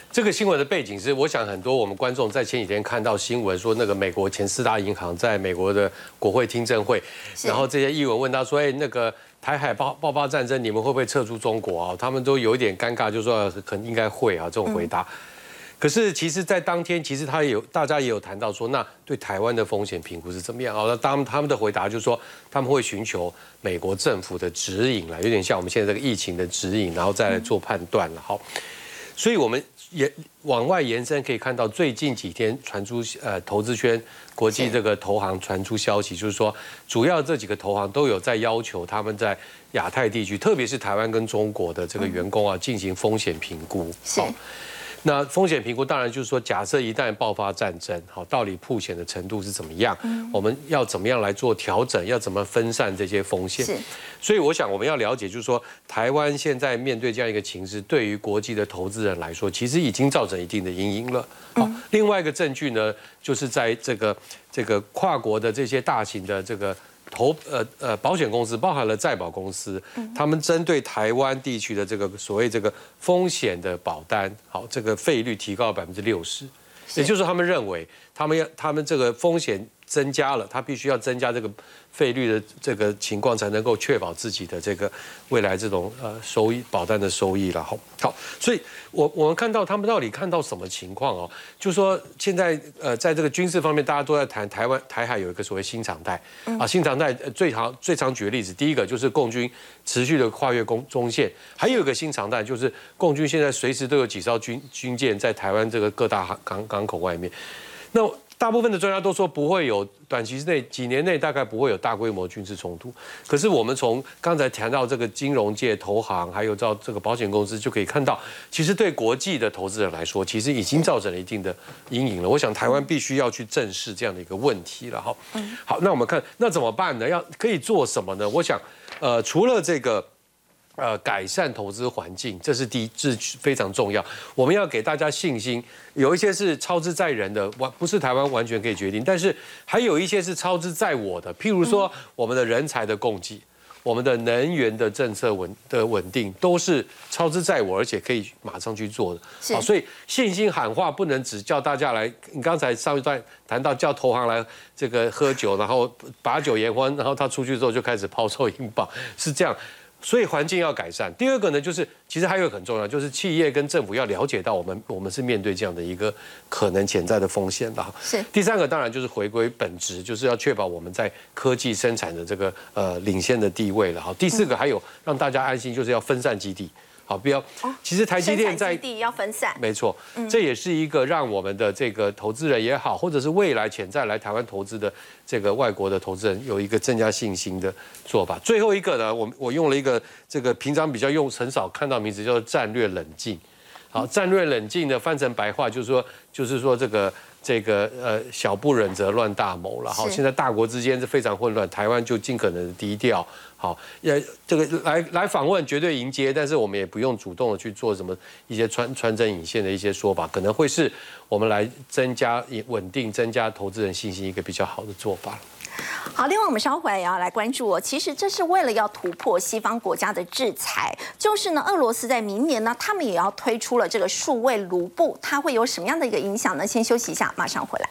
Speaker 4: 这个新闻的背景是，我想很多我们观众在前几天看到新闻说，那个美国前四大银行在美国的国会听证会，然后这些议员问他说：“哎，那个台海爆爆发战争，你们会不会撤出中国啊？”他们都有一点尴尬，就说可能应该会啊，这种回答。嗯、可是其实，在当天，其实他也有大家也有谈到说，那对台湾的风险评估是怎么样啊？那当他们的回答就是说，他们会寻求美国政府的指引啦，有点像我们现在这个疫情的指引，然后再来做判断了。好，所以我们。也往外延伸，可以看到最近几天传出呃投资圈、国际这个投行传出消息，就是说主要这几个投行都有在要求他们在亚太地区，特别是台湾跟中国的这个员工啊进行风险评估。
Speaker 1: 是。
Speaker 4: 那风险评估当然就是说，假设一旦爆发战争，好，到底曝险的程度是怎么样？嗯、我们要怎么样来做调整？要怎么分散这些风险？是。所以我想我们要了解，就是说，台湾现在面对这样一个情势，对于国际的投资人来说，其实已经造成一定的阴影了。好，嗯、另外一个证据呢，就是在这个这个跨国的这些大型的这个。投呃呃保险公司包含了再保公司，他们针对台湾地区的这个所谓这个风险的保单，好，这个费率提高了百分之六十，也就是他们认为他们要他们这个风险增加了，他必须要增加这个费率的这个情况，才能够确保自己的这个未来这种呃收益保单的收益了。好，好，所以我我们看到他们到底看到什么情况哦？就是说现在呃在这个军事方面，大家都在谈台湾台海有一个所谓新常态啊，新常态最常最常举的例子，第一个就是共军持续的跨越中中线，还有一个新常态就是共军现在随时都有几艘军军舰在台湾这个各大港港口外面，那。大部分的专家都说不会有短期之内几年内大概不会有大规模军事冲突。可是我们从刚才谈到这个金融界、投行，还有到这个保险公司，就可以看到，其实对国际的投资人来说，其实已经造成了一定的阴影了。我想台湾必须要去正视这样的一个问题了哈。好，那我们看那怎么办呢？要可以做什么呢？我想，呃，除了这个。呃，改善投资环境，这是第一，这非常重要。我们要给大家信心，有一些是操之在人的，完不是台湾完全可以决定，但是还有一些是操之在我的。譬如说，我们的人才的供给，我们的能源的政策稳的稳定，都是操之在我，而且可以马上去做的。好，所以信心喊话不能只叫大家来。你刚才上一段谈到叫投行来这个喝酒，然后把酒言欢，然后他出去之后就开始抛售英镑，是这样。所以环境要改善。第二个呢，就是其实还有很重要，就是企业跟政府要了解到我们我们是面对这样的一个可能潜在的风险的。是。第三个当然就是回归本质，就是要确保我们在科技生产的这个呃领先的地位了。好，第四个还有让大家安心，就是要分散基地。好，不要。其实台积电在
Speaker 1: 基地要分散，
Speaker 4: 没错，这也是一个让我们的这个投资人也好，或者是未来潜在来台湾投资的这个外国的投资人有一个增加信心的做法。最后一个呢，我我用了一个这个平常比较用很少看到名字，叫做战略冷静。好，战略冷静呢翻成白话就是说，就是说这个。这个呃小不忍则乱大谋了。好，现在大国之间是非常混乱，台湾就尽可能的低调。好，也这个来来访问绝对迎接，但是我们也不用主动的去做什么一些穿穿针引线的一些说法，可能会是我们来增加稳定、增加投资人信心一个比较好的做法。
Speaker 1: 好，另外我们稍后也要来关注哦。其实这是为了要突破西方国家的制裁，就是呢，俄罗斯在明年呢，他们也要推出了这个数位卢布，它会有什么样的一个影响呢？先休息一下，马上回来。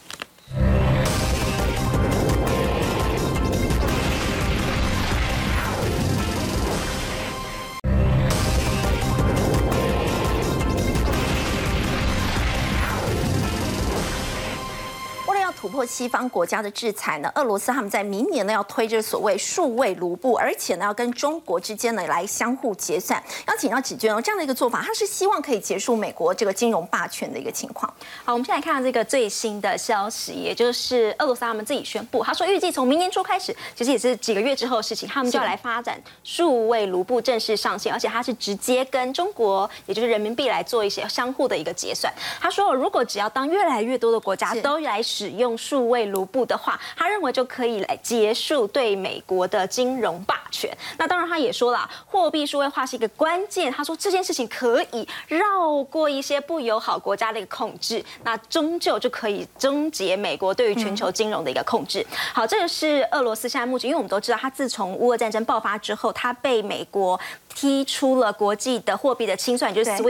Speaker 1: 突破西方国家的制裁呢，俄罗斯他们在明年呢要推这所谓数位卢布，而且呢要跟中国之间呢来相互结算。要请教芷娟哦，这样的一个做法，它是希望可以结束美国这个金融霸权的一个情况。
Speaker 3: 好，我们先来看这个最新的消息，也就是俄罗斯他们自己宣布，他说预计从明年初开始，其实也是几个月之后的事情，他们就要来发展数位卢布正式上线，而且它是直接跟中国，也就是人民币来做一些相互的一个结算。他说，如果只要当越来越多的国家都来使用数位卢布的话，他认为就可以来结束对美国的金融霸权。那当然，他也说了，货币数位化是一个关键。他说这件事情可以绕过一些不友好国家的一个控制，那终究就可以终结美国对于全球金融的一个控制。好，这个是俄罗斯现在目前，因为我们都知道，他自从乌俄战争爆发之后，他被美国踢出了国际的货币的清算，就是 SWIFT。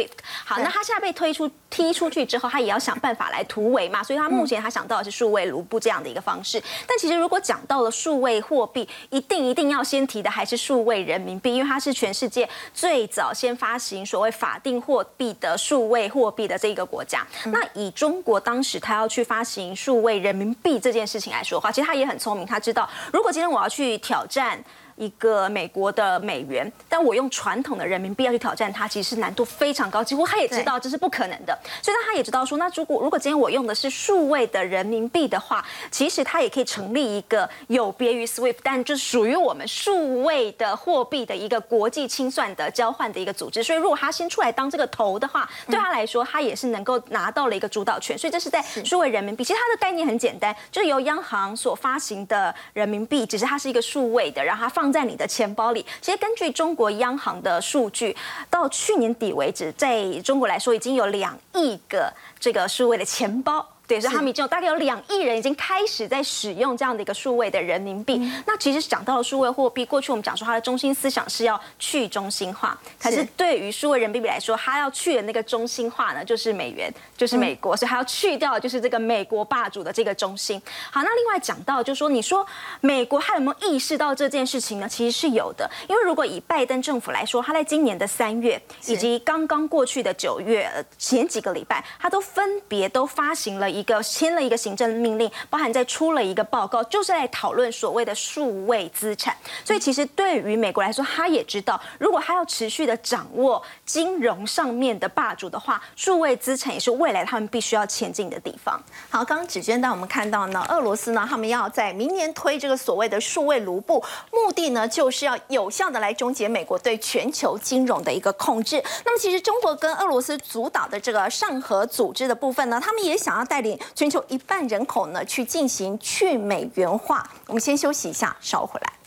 Speaker 3: 好，那它现在被推出踢出去之后，它也要想办法来突围嘛，所以它目前它想到的是数位卢布这样的一个方式。但其实如果讲到了数位货币，一定一定要先提的还是数位人民币，因为它是全世界最早先发行所谓法定货币的数位货币的这一个国家。那以中国当时它要去发行数位人民币这件事情来说的话，其实它也很聪明，它知道如果今天我要去挑战一个美国的美元，但我用传统的人民币要去挑战它，其实难度非常高，几乎他也知道这是不可能的。所以他也知道说，那如果如果今天我用的是数位的人民币的话，其实它也可以成立一个有别于 SWIFT， 但就是属于我们数位的货币的一个国际清算的交换的一个组织。所以如果他先出来当这个头的话，对他来说，他也是能够拿到了一个主导权。所以这是在数位人民币，其实它的概念很简单，就是由央行所发行的人民币，只是它是一个数位的，然后它放在你的钱包里。其实根据中国央行的数据，到去年底为止，在中国来说已经有两亿个这个数位的钱包。对，所以他们已经有大概有两亿人已经开始在使用这样的一个数位的人民币。嗯、那其实讲到了数位货币，过去我们讲说它的中心思想是要去中心化，可是对于数位人民币来说，它要去的那个中心化呢，就是美元，就是美国，嗯、所以它要去掉的就是这个美国霸主的这个中心。好，那另外讲到就是说，你说美国它有没有意识到这件事情呢？其实是有的，因为如果以拜登政府来说，他在今年的三月以及刚刚过去的九月前几个礼拜，他都分别都发行了一个签了一个行政命令，包含在出了一个报告，就是在讨论所谓的数位资产。所以其实对于美国来说，他也知道，如果他要持续的掌握金融上面的霸主的话，数位资产也是未来他们必须要前进的地方。
Speaker 1: 好，刚刚芷娟带我们看到呢，俄罗斯呢，他们要在明年推这个所谓的数位卢布，目的呢就是要有效的来终结美国对全球金融的一个控制。那么其实中国跟俄罗斯主导的这个上合组织的部分呢，他们也想要带领全球一半人口呢去进行去美元化。我们先休息一下，稍后回来。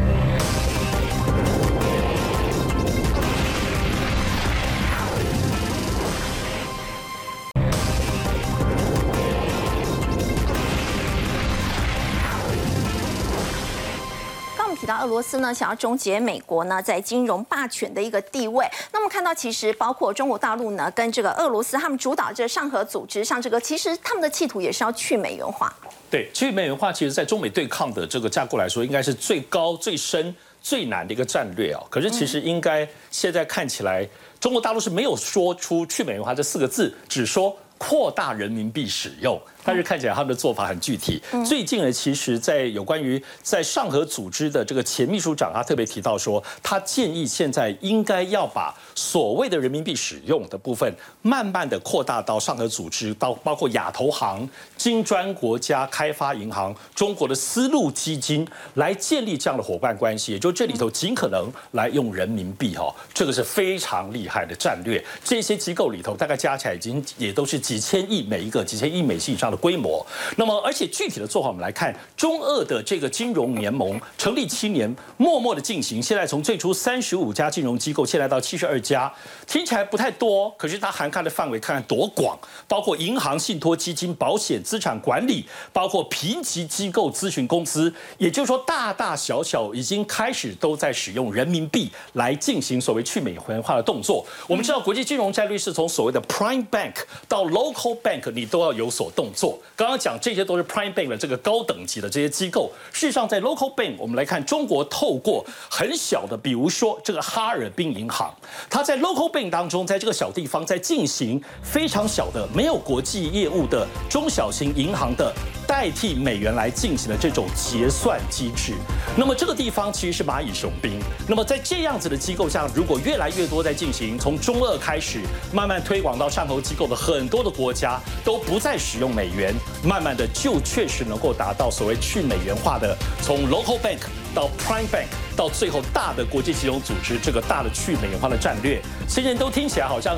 Speaker 1: 提到俄罗斯呢，想要终结美国呢在金融霸权的一个地位。那么看到其实包括中国大陆呢跟这个俄罗斯他们主导这个上合组织上这个，其实他们的企图也是要去美元化。
Speaker 5: 对，去美元化其实在中美对抗的这个架构来说，应该是最高、最深、最难的一个战略啊。可是其实应该现在看起来，中国大陆是没有说出去美元化这四个字，只说扩大人民币使用。但是看起来他们的做法很具体。最近呢，其实，在有关于在上合组织的这个前秘书长，他特别提到说，他建议现在应该要把所谓的人民币使用的部分，慢慢的扩大到上合组织，到包括亚投行、金砖国家开发银行、中国的丝路基金，来建立这样的伙伴关系。也就这里头尽可能来用人民币哈，这个是非常厉害的战略。这些机构里头大概加起来已经也都是几千亿每一个，几千亿美金以上的规模。那么，而且具体的做法，我们来看，中俄的这个金融联盟成立七年，默默的进行。现在从最初三十五家金融机构，现在到七十二家，听起来不太多，可是它涵盖的范围看看多广，包括银行、信托基金、保险、资产管理，包括评级机构、咨询公司。也就是说，大大小小已经开始都在使用人民币来进行所谓去美元化的动作。我们知道，国际金融战略是从所谓的 Prime Bank 到 Local Bank， 你都要有所动作。刚刚讲这些都是 Prime Bank 的这个高等级的这些机构。事实上，在 Local Bank， 我们来看中国透过很小的，比如说这个哈尔滨银行，它在 Local Bank 当中，在这个小地方在进行非常小的、没有国际业务的中小型银行的代替美元来进行的这种结算机制。那么这个地方其实是蚂蚁雄兵。那么在这样子的机构下，如果越来越多在进行，从中俄开始慢慢推广到上头机构的很多的国家都不再使用美元，慢慢的就确实能够达到所谓去美元化的，从 Local Bank 到 Prime Bank 到最后大的国际金融组织这个大的去美元化的战略。现在都听起来好像